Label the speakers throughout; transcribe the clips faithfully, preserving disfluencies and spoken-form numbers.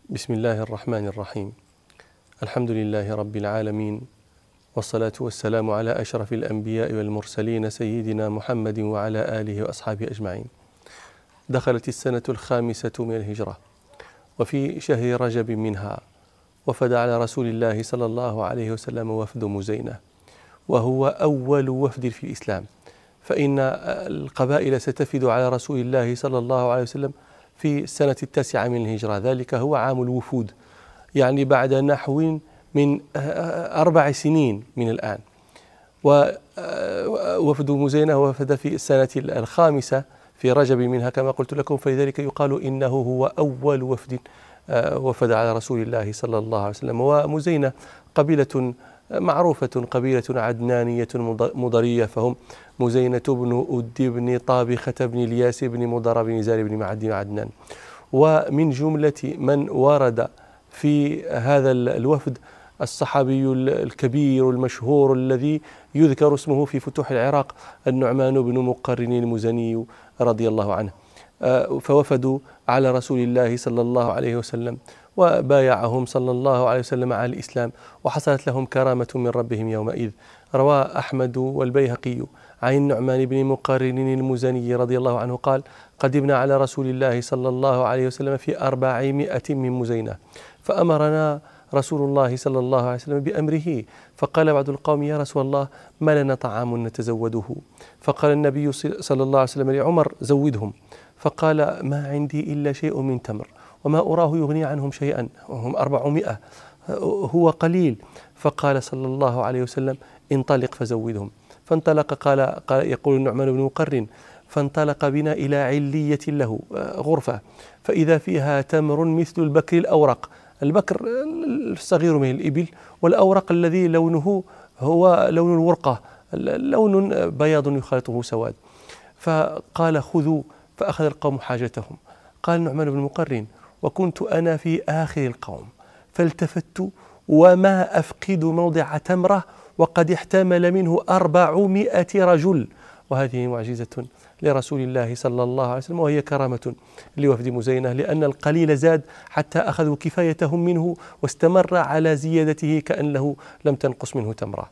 Speaker 1: بسم الله الرحمن الرحيم. الحمد لله رب العالمين، والصلاة والسلام على أشرف الأنبياء والمرسلين سيدنا محمد وعلى آله وأصحابه أجمعين. دخلت السنة الخامسة من الهجرة، وفي شهر رجب منها وفد على رسول الله صلى الله عليه وسلم وفد مزينة، وهو أول وفد في الإسلام، فإن القبائل ستفد على رسول الله صلى الله عليه وسلم في السنة التاسعة من الهجرة، ذلك هو عام الوفود، يعني بعد نحو من أربع سنين من الآن. ووفد مزينة وفد في السنة الخامسة في رجب منها كما قلت لكم، فلذلك يقال إنه هو أول وفد وفد على رسول الله صلى الله عليه وسلم. ومزينة قبيلة معروفة، قبيلة عدنانية مضرية، فهم مزينة بن أدي بن طابخة بن الياس بن مضر بن زار بن معد عدنان. ومن جملة من ورد في هذا الوفد الصحابي الكبير المشهور الذي يذكر اسمه في فتوح العراق، النعمان بن مقرن المزني رضي الله عنه. فوفدوا على رسول الله صلى الله عليه وسلم، وبايعهم صلى الله عليه وسلم على الإسلام، وحصلت لهم كرامة من ربهم يومئذ. روى أحمد والبيهقي عن النعمان بن مقرن المزني رضي الله عنه قال: قدمنا على رسول الله صلى الله عليه وسلم في أربعمائة من مزينة، فأمرنا رسول الله صلى الله عليه وسلم بأمره، فقال بعض القوم: يا رسول الله، ما لنا طعام نتزوده؟ فقال النبي صلى الله عليه وسلم لعمر: زودهم. فقال: ما عندي إلا شيء من تمر، وما أراه يغني عنهم شيئا، وهم أربعمائة، هو قليل. فقال صلى الله عليه وسلم: انطلق فزودهم. فانطلق، قال, قال يقول النعمان بن مقرن: فانطلق بنا إلى علية له، غرفة، فإذا فيها تمر مثل البكر الأورق، البكر الصغير من الإبل، والأورق الذي لونه هو لون الورقة، لون بياض يخالطه سواد. فقال: خذوا. فأخذ القوم حاجتهم. قال النعمان بن مقرن: وكنت أنا في آخر القوم، فالتفت وما أفقد موضع تمرة، وقد احتمل منه أربعمائة رجل. وهذه معجزة لرسول الله صلى الله عليه وسلم، وهي كرامة لوفد مزينة، لأن القليل زاد حتى أخذوا كفايتهم منه، واستمر على زيادته كأنه لم تنقص منه تمرة.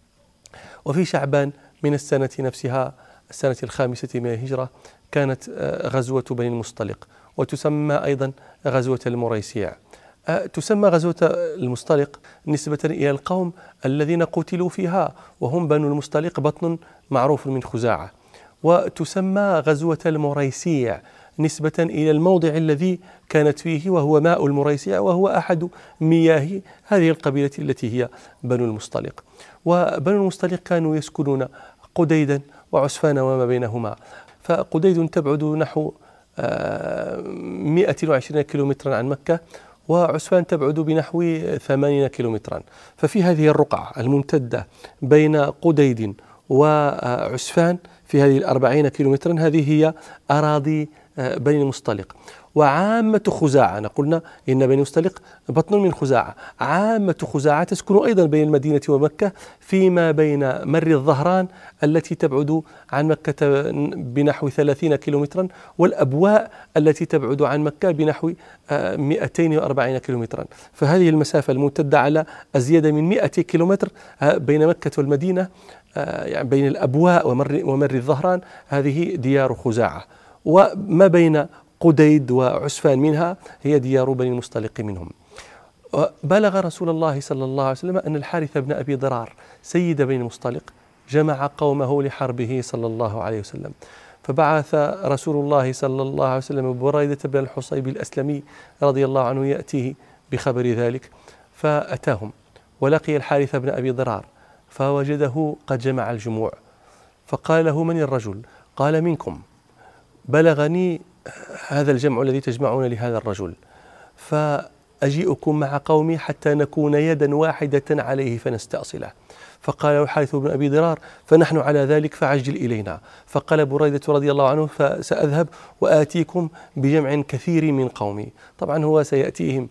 Speaker 1: وفي شعبان من السنة نفسها، السنة الخامسة من الهجرة، كانت غزوة بني المصطلق، وتسمى أيضا غزوة المريسيع. تسمى غزوة المصطلق نسبة إلى القوم الذين قتلوا فيها، وهم بنو المصطلق، بطن معروف من خزاعة. وتسمى غزوة المريسيع نسبة إلى الموضع الذي كانت فيه، وهو ماء المريسيع، وهو أحد مياه هذه القبيلة التي هي بنو المصطلق. وبنو المصطلق كانوا يسكنون قديدا وعسفان وما بينهما. فقديد تبعد نحو مئة وعشرين كيلومترا عن مكة، وعسفان تبعد بنحو ثمانين كيلومترا. ففي هذه الرقعة الممتدة بين قديد وعسفان، في هذه الأربعين كيلومترا، هذه هي أراضي بني المصطلق. وعامة خزاعة، قلنا إن بني المصطلق بطن من خزاعة، عامة خزاعة تسكن أيضا بين المدينة ومكة، فيما بين مر الظهران التي تبعد عن مكة بنحو ثلاثين كيلومترا، والأبواء التي تبعد عن مكة بنحو مئتين وأربعين كيلومترا. فهذه المسافة الممتدة على أزيد من مئة كيلومتر بين مكة والمدينة، يعني بين الأبواء ومر, ومر الظهران، هذه ديار خزاعة. وما بين قديد وعسفان منها هي ديار بني المصطلق منهم. بلغ رسول الله صلى الله عليه وسلم أن الحارث بن أبي ضرار سيد بني المصطلق جمع قومه لحربه صلى الله عليه وسلم، فبعث رسول الله صلى الله عليه وسلم بريدة بن الحصيب الأسلمي رضي الله عنه يأتيه بخبر ذلك، فأتاهم ولقي الحارث بن أبي ضرار، فوجده قد جمع الجموع، فقال له: من الرجل؟ قال: منكم، بلغني هذا الجمع الذي تجمعون لهذا الرجل، فأجيئكم مع قومي حتى نكون يدا واحدة عليه فنستأصله. فقال الحارث بن أبي ضرار: فنحن على ذلك فعجل إلينا. فقال بريدة رضي الله عنه: فسأذهب وآتيكم بجمع كثير من قومي. طبعا هو سيأتيهم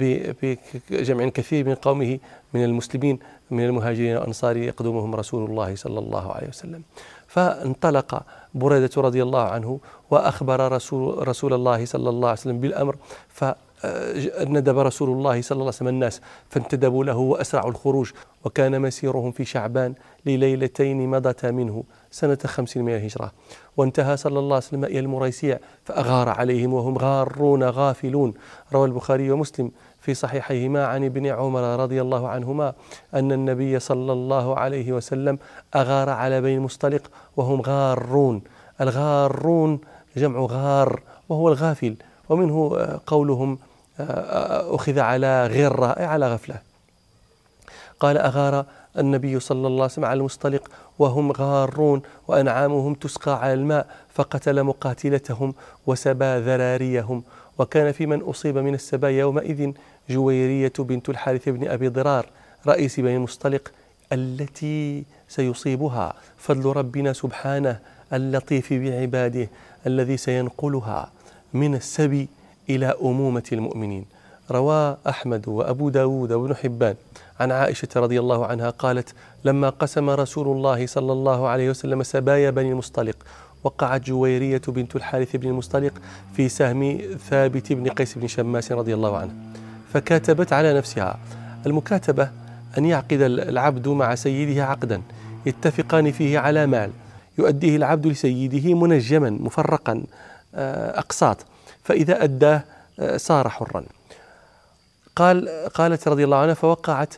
Speaker 1: بجمع كثير من قومه من المسلمين من المهاجرين والأنصار يقدمهم رسول الله صلى الله عليه وسلم. فانطلق بريدة رضي الله عنه وأخبر رسول, رسول الله صلى الله عليه وسلم بالأمر، ندب رسول الله صلى الله عليه وسلم الناس فانتدبوا له وأسرعوا الخروج، وكان مسيرهم في شعبان لليلتين مضتا منه سنة خمس من الهجرة، وانتهى صلى الله عليه وسلم إلى المريسيع فأغار عليهم وهم غارون غافلون. روى البخاري ومسلم في صحيحيهما عن ابن عمر رضي الله عنهما أن النبي صلى الله عليه وسلم أغار على بني المصطلق وهم غارون. الغارون جمع غار وهو الغافل، ومنه قولهم أخذ على غرة أي على غفلة. قال أغار النبي صلى الله عليه وسلم على المصطلق وهم غارون وأنعامهم تسقى على الماء، فقتل مقاتلتهم وسبى ذراريهم. وكان في من أصيب من السبايا يومئذ جويرية بنت الحارث بن أبي ضرار رئيس بني المصطلق التي سيصيبها فضل ربنا سبحانه اللطيف بعباده الذي سينقلها من السبي إلى أمومة المؤمنين. روى أحمد وأبو داود وابن حبان عن عائشة رضي الله عنها قالت: لما قسم رسول الله صلى الله عليه وسلم سبايا بني المصطلق وقعت جويرية بنت الحارث بن المصطلق في سهم ثابت بن قيس بن شماس رضي الله عنه، فكاتبت على نفسها. المكاتبة أن يعقد العبد مع سيده عقدا يتفقان فيه على مال يؤديه العبد لسيده منجما مفرقا أقساط، فإذا أداه صار حرا. قال قالت رضي الله عنها: فوقعت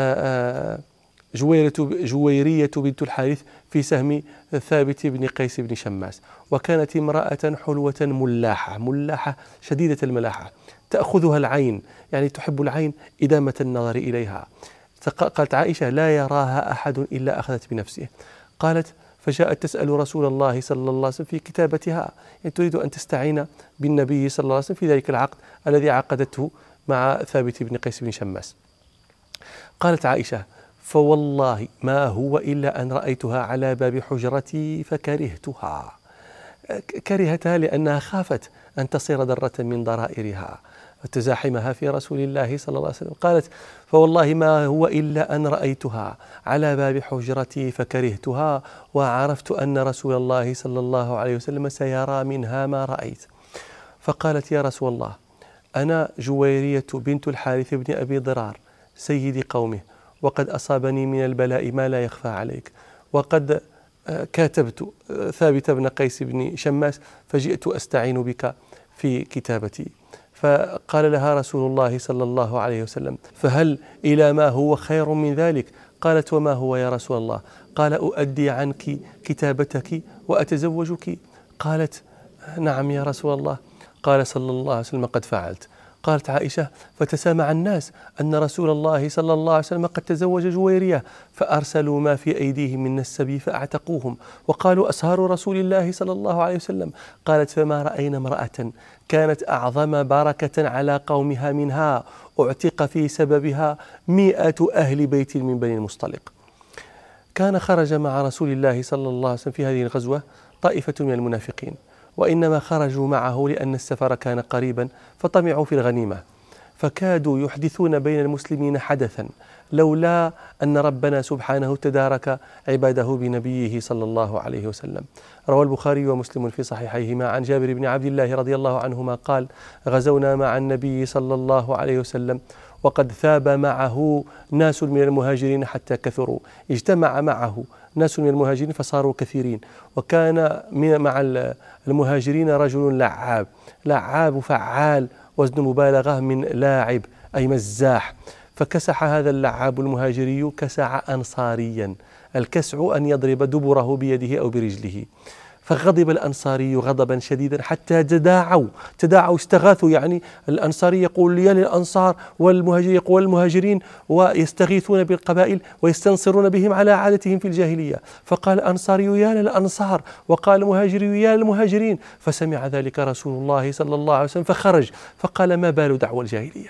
Speaker 1: جويرية بنت الحارث في سهم ثابت بن قيس بن شماس، وكانت امرأة حلوة ملاحة ملاحة شديدة الملاحة تأخذها العين، يعني تحب العين إدامة النظر إليها. قالت عائشة: لا يراها أحد إلا أخذت بنفسه. قالت: فجاءت تسأل رسول الله صلى الله عليه وسلم في كتابتها، يعني تريد أن تستعين بالنبي صلى الله عليه وسلم في ذلك العقد الذي عقدته مع ثابت بن قيس بن شماس. قالت عائشة: فوالله ما هو إلا أن رأيتها على باب حجرتي فكرهتها. كرهتها لأنها خافت أن تصير ذرة من ضرائرها وتزاحمها في رسول الله صلى الله عليه وسلم. قالت: فوالله ما هو إلا أن رأيتها على باب حجرتي فكرهتها، وعرفت أن رسول الله صلى الله عليه وسلم سيرى منها ما رأيت. فقالت: يا رسول الله، أنا جويرية بنت الحارث بن أبي ضرار سيد قومه، وقد أصابني من البلاء ما لا يخفى عليك، وقد كاتبت ثابت بن قيس بن شماس فجئت أستعين بك في كتابتي. فقال لها رسول الله صلى الله عليه وسلم: فهل إلى ما هو خير من ذلك؟ قالت: وما هو يا رسول الله؟ قال: أؤدي عنك كتابتك وأتزوجك. قالت: نعم يا رسول الله. قال صلى الله عليه وسلم: قد فعلت. قالت عائشة: فتسامع الناس أن رسول الله صلى الله عليه وسلم قد تزوج جويرية، فأرسلوا ما في أيديهم من السبي فأعتقوهم، وقالوا: أسهار رسول الله صلى الله عليه وسلم. قالت: فما رأينا امرأة كانت أعظم بركة على قومها منها، أعتق في سببها مئة أهل بيت من بني المصطلق. كان خرج مع رسول الله صلى الله عليه وسلم في هذه الغزوة طائفة من المنافقين، وإنما خرجوا معه لأن السفر كان قريبا فطمعوا في الغنيمة، فكادوا يحدثون بين المسلمين حدثا لولا أن ربنا سبحانه تدارك عباده بنبيه صلى الله عليه وسلم. روى البخاري ومسلم في صحيحيهما عن جابر بن عبد الله رضي الله عنهما قال: غزونا مع النبي صلى الله عليه وسلم وقد ثاب معه ناس من المهاجرين حتى كثروا، اجتمع معه ناس من المهاجرين فصاروا كثيرين، وكان مع المهاجرين رجل لعاب لعاب فعال وزن مبالغة من لاعب أي مزاح، فكسح هذا اللعاب المهاجري كسع أنصاريا. الكسع أن يضرب دبره بيده أو برجله، فغضب الأنصاري غضبا شديدا حتى تداعوا تداعوا استغاثوا، يعني الأنصاري يقول يا للأنصار والمهاجر يقول المهاجرين، ويستغيثون بالقبائل ويستنصرون بهم على عادتهم في الجاهلية. فقال الأنصاري يا للأنصار وقال المهاجري يا للمهاجرين، فسمع ذلك رسول الله صلى الله عليه وسلم فخرج فقال: ما بال دعوى الجاهلية؟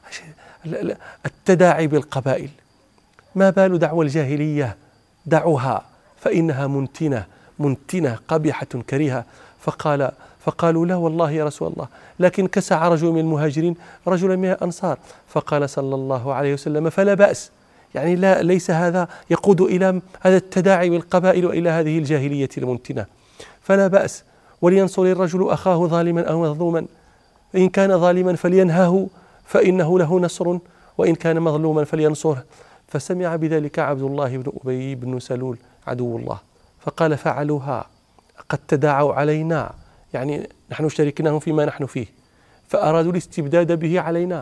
Speaker 1: التداعي بالقبائل، ما بال دعوى الجاهلية؟ دعوها فإنها منتنة منتنة قبيحة كريهة. فقال فقالوا: لا والله يا رسول الله، لكن كسع رجل من المهاجرين رجلا من الأنصار. فقال صلى الله عليه وسلم: فلا بأس، يعني لا ليس هذا يقود إلى هذا التداعي بالقبائل وإلى هذه الجاهلية المنتنة، فلا بأس، ولينصر الرجل أخاه ظالما أو مظلوما. إن كان ظالما فلينهه فإنه له نصر، وإن كان مظلوما فلينصره. فسمع بذلك عبد الله بن أبي بن سلول عدو الله فقال فعلوها قد تداعوا علينا، يعني نحن شاركناهم فيما نحن فيه فأرادوا الاستبداد به علينا،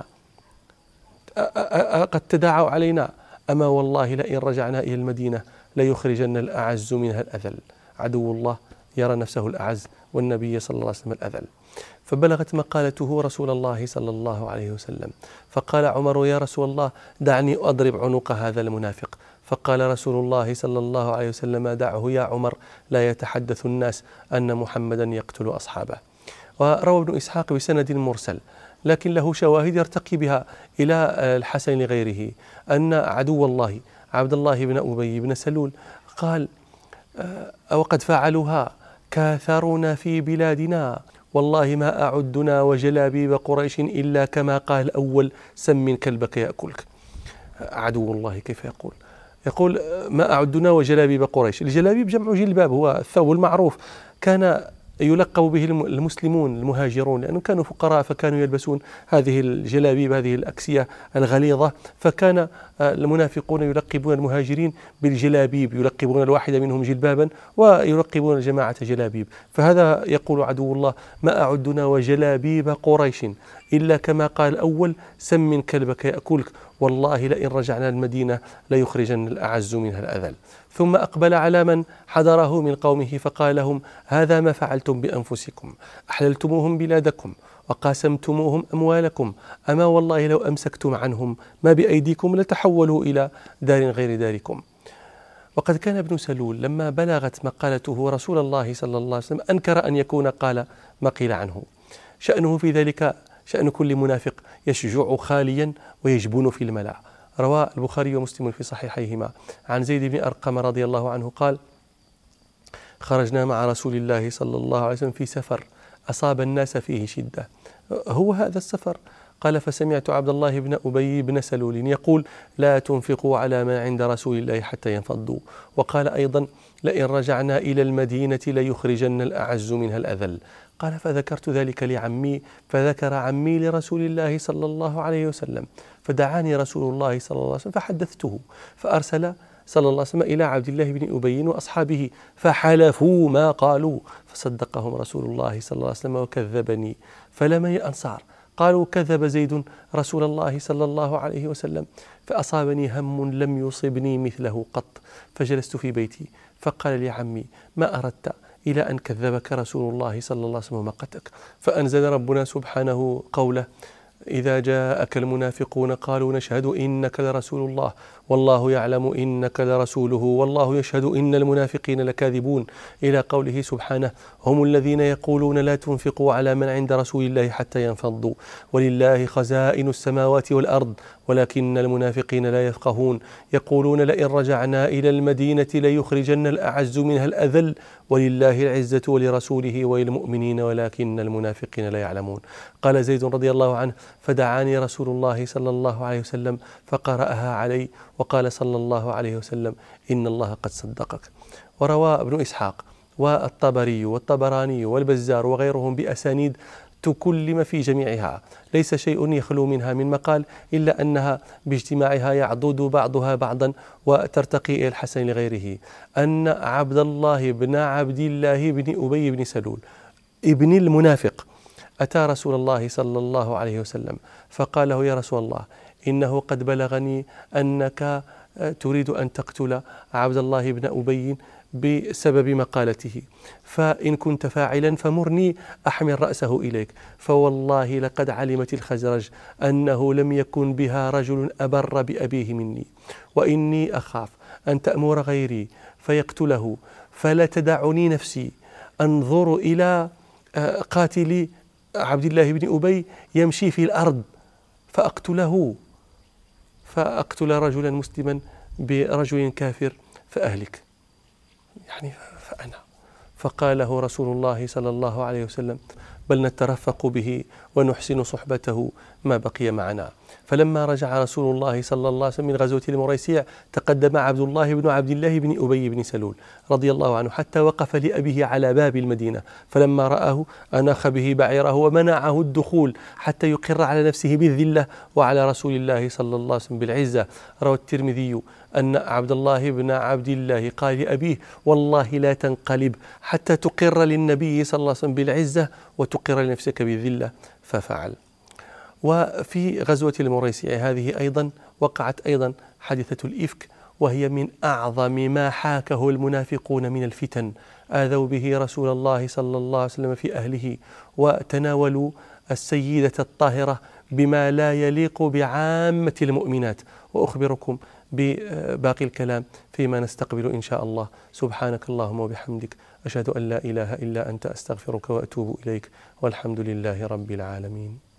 Speaker 1: قد تداعوا علينا، أما والله لئن رجعنا إلى المدينة ليخرجن الأعز منها الأذل. عدو الله يرى نفسه الأعز والنبي صلى الله عليه وسلم الأذل. فبلغت مقالته رسول الله صلى الله عليه وسلم، فقال عمر يا رسول الله دعني أضرب عنق هذا المنافق. فقال رسول الله صلى الله عليه وسلم دعه يا عمر لا يتحدث الناس أن محمدا يقتل أصحابه. وروى ابن إسحاق بسند مرسل لكن له شواهد يرتقي بها إلى الحسن لغيره أن عدو الله عبد الله بن أبي بن سلول قال أو قد فعلوها كاثرنا في بلادنا والله ما أعدنا وجلابيب قريش إلا كما قال الأول سم كلبك يأكلك. عدو الله كيف يقول؟ يقول ما أعدنا وجلابيب قريش. الجلابيب جمع جلباب، هو الثوب المعروف، كان يلقب به المسلمون المهاجرون لأنهم كانوا فقراء فكانوا يلبسون هذه الجلابيب هذه الأكسية الغليظة، فكان المنافقون يلقبون المهاجرين بالجلابيب، يلقبون الواحد منهم جلبابا ويلقبون الجماعة جلابيب. فهذا يقول عدو الله ما أعدنا وجلابيب قريش إلا كما قال الأول سم كلبك يأكلك والله لئن رجعنا المدينة ليخرجن الأعز منها الأذل. ثم أقبل على من حضره من قومه فقال لهم هذا ما فعلتم بأنفسكم، أحللتموهم بلادكم وقاسمتموهم أموالكم، أما والله لو أمسكتم عنهم ما بأيديكم لتحولوا إلى دار غير داركم. وقد كان ابن سلول لما بلغت مقالته رسول الله صلى الله عليه وسلم أنكر أن يكون قال ما قيل عنه. شأنه في ذلك شأن كل منافق يشجع خاليا ويجبن في الملأ. روى البخاري ومسلم في صحيحيهما عن زيد بن أرقم رضي الله عنه قال خرجنا مع رسول الله صلى الله عليه وسلم في سفر أصاب الناس فيه شدة. هو هذا السفر؟ قال فسمعت عبد الله بن أبي بن سلول يقول لا تنفقوا على ما عند رسول الله حتى ينفضوا. وقال أيضا لئن رجعنا إلى المدينة ليخرجن الأعز منها الأذل. قال فذكرت ذلك لعمي فذكر عمي لرسول الله صلى الله عليه وسلم فدعاني رسول الله صلى الله عليه وسلم فحدثته فأرسل صلى الله عليه وسلم إلى عبد الله بن أبي وأصحابه فحلفوا ما قالوا فصدقهم رسول الله صلى الله عليه وسلم وكذبني. فلمن الأنصار قالوا كذب زيد رسول الله صلى الله عليه وسلم. فأصابني هم لم يصبني مثله قط فجلست في بيتي فقال لي عمي ما أردت إلى أن كذبك رسول الله صلى الله عليه وسلم ومقتك. فأنزل ربنا سبحانه قوله إذا جاءك المنافقون قالوا نشهد إنك لرسول الله والله يعلم إنك لرسوله والله يشهد إن المنافقين لكاذبون إلى قوله سبحانه هم الذين يقولون لا تنفقوا على من عند رسول الله حتى ينفضوا ولله خزائن السماوات والأرض ولكن المنافقين لا يفقهون يقولون لئن رجعنا إلى المدينة ليخرجن الأعز منها الأذل ولله العزة ولرسوله وللمؤمنين ولكن المنافقين لا يعلمون. قال زيد رضي الله عنه فدعاني رسول الله صلى الله عليه وسلم فقرأها علي وقال صلى الله عليه وسلم إن الله قد صدقك. وروى ابن إسحاق والطبري والطبراني والبزار وغيرهم بأسانيد تكلم في جميعها ليس شيء يخلو منها من مقال إلا أنها باجتماعها يعضد بعضها بعضا وترتقي إلى الحسن لغيره أن عبد الله بن عبد الله بن أبي بن سلول ابن المنافق أتى رسول الله صلى الله عليه وسلم فقال له يا رسول الله إنه قد بلغني أنك تريد أن تقتل عبد الله بن أبي بسبب مقالته فإن كنت فاعلا فمرني أحمل رأسه إليك فوالله لقد علمت الخزرج أنه لم يكن بها رجل أبر بأبيه مني وإني أخاف أن تأمر غيري فيقتله فلا تدعني نفسي أنظر إلى قاتل عبد الله بن أبي يمشي في الأرض فأقتله فأقتل رجلا مسلما برجل كافر فأهلك يعني فأنا. فقال له رسول الله صلى الله عليه وسلم بل نترفق به ونحسن صحبته ما بقي معنا. فلما رجع رسول الله صلى الله عليه وسلم من غزوة المريسيع تقدم عبد الله بن عبد الله بن أبي بن سلول رضي الله عنه حتى وقف لأبيه على باب المدينة، فلما رآه أناخ به بعيره ومنعه الدخول حتى يقر على نفسه بالذلة وعلى رسول الله صلى الله عليه وسلم بالعزة. روى الترمذي أن عبد الله بن عبد الله قال لأبيه: والله لا تنقلب حتى تقر للنبي صلى الله عليه وسلم بالعزة وتقر لنفسك بالذلة، ففعل. وفي غزوة المريسيع هذه أيضا وقعت أيضا حادثة الإفك، وهي من أعظم ما حاكه المنافقون من الفتن. آذوا به رسول الله صلى الله عليه وسلم في أهله، وتناولوا السيدة الطاهرة بما لا يليق بعامة المؤمنات. وأخبركم بباقي الكلام فيما نستقبل إن شاء الله. سبحانك اللهم وبحمدك، أشهد أن لا إله إلا أنت، أستغفرك وأتوب إليك، والحمد لله رب العالمين.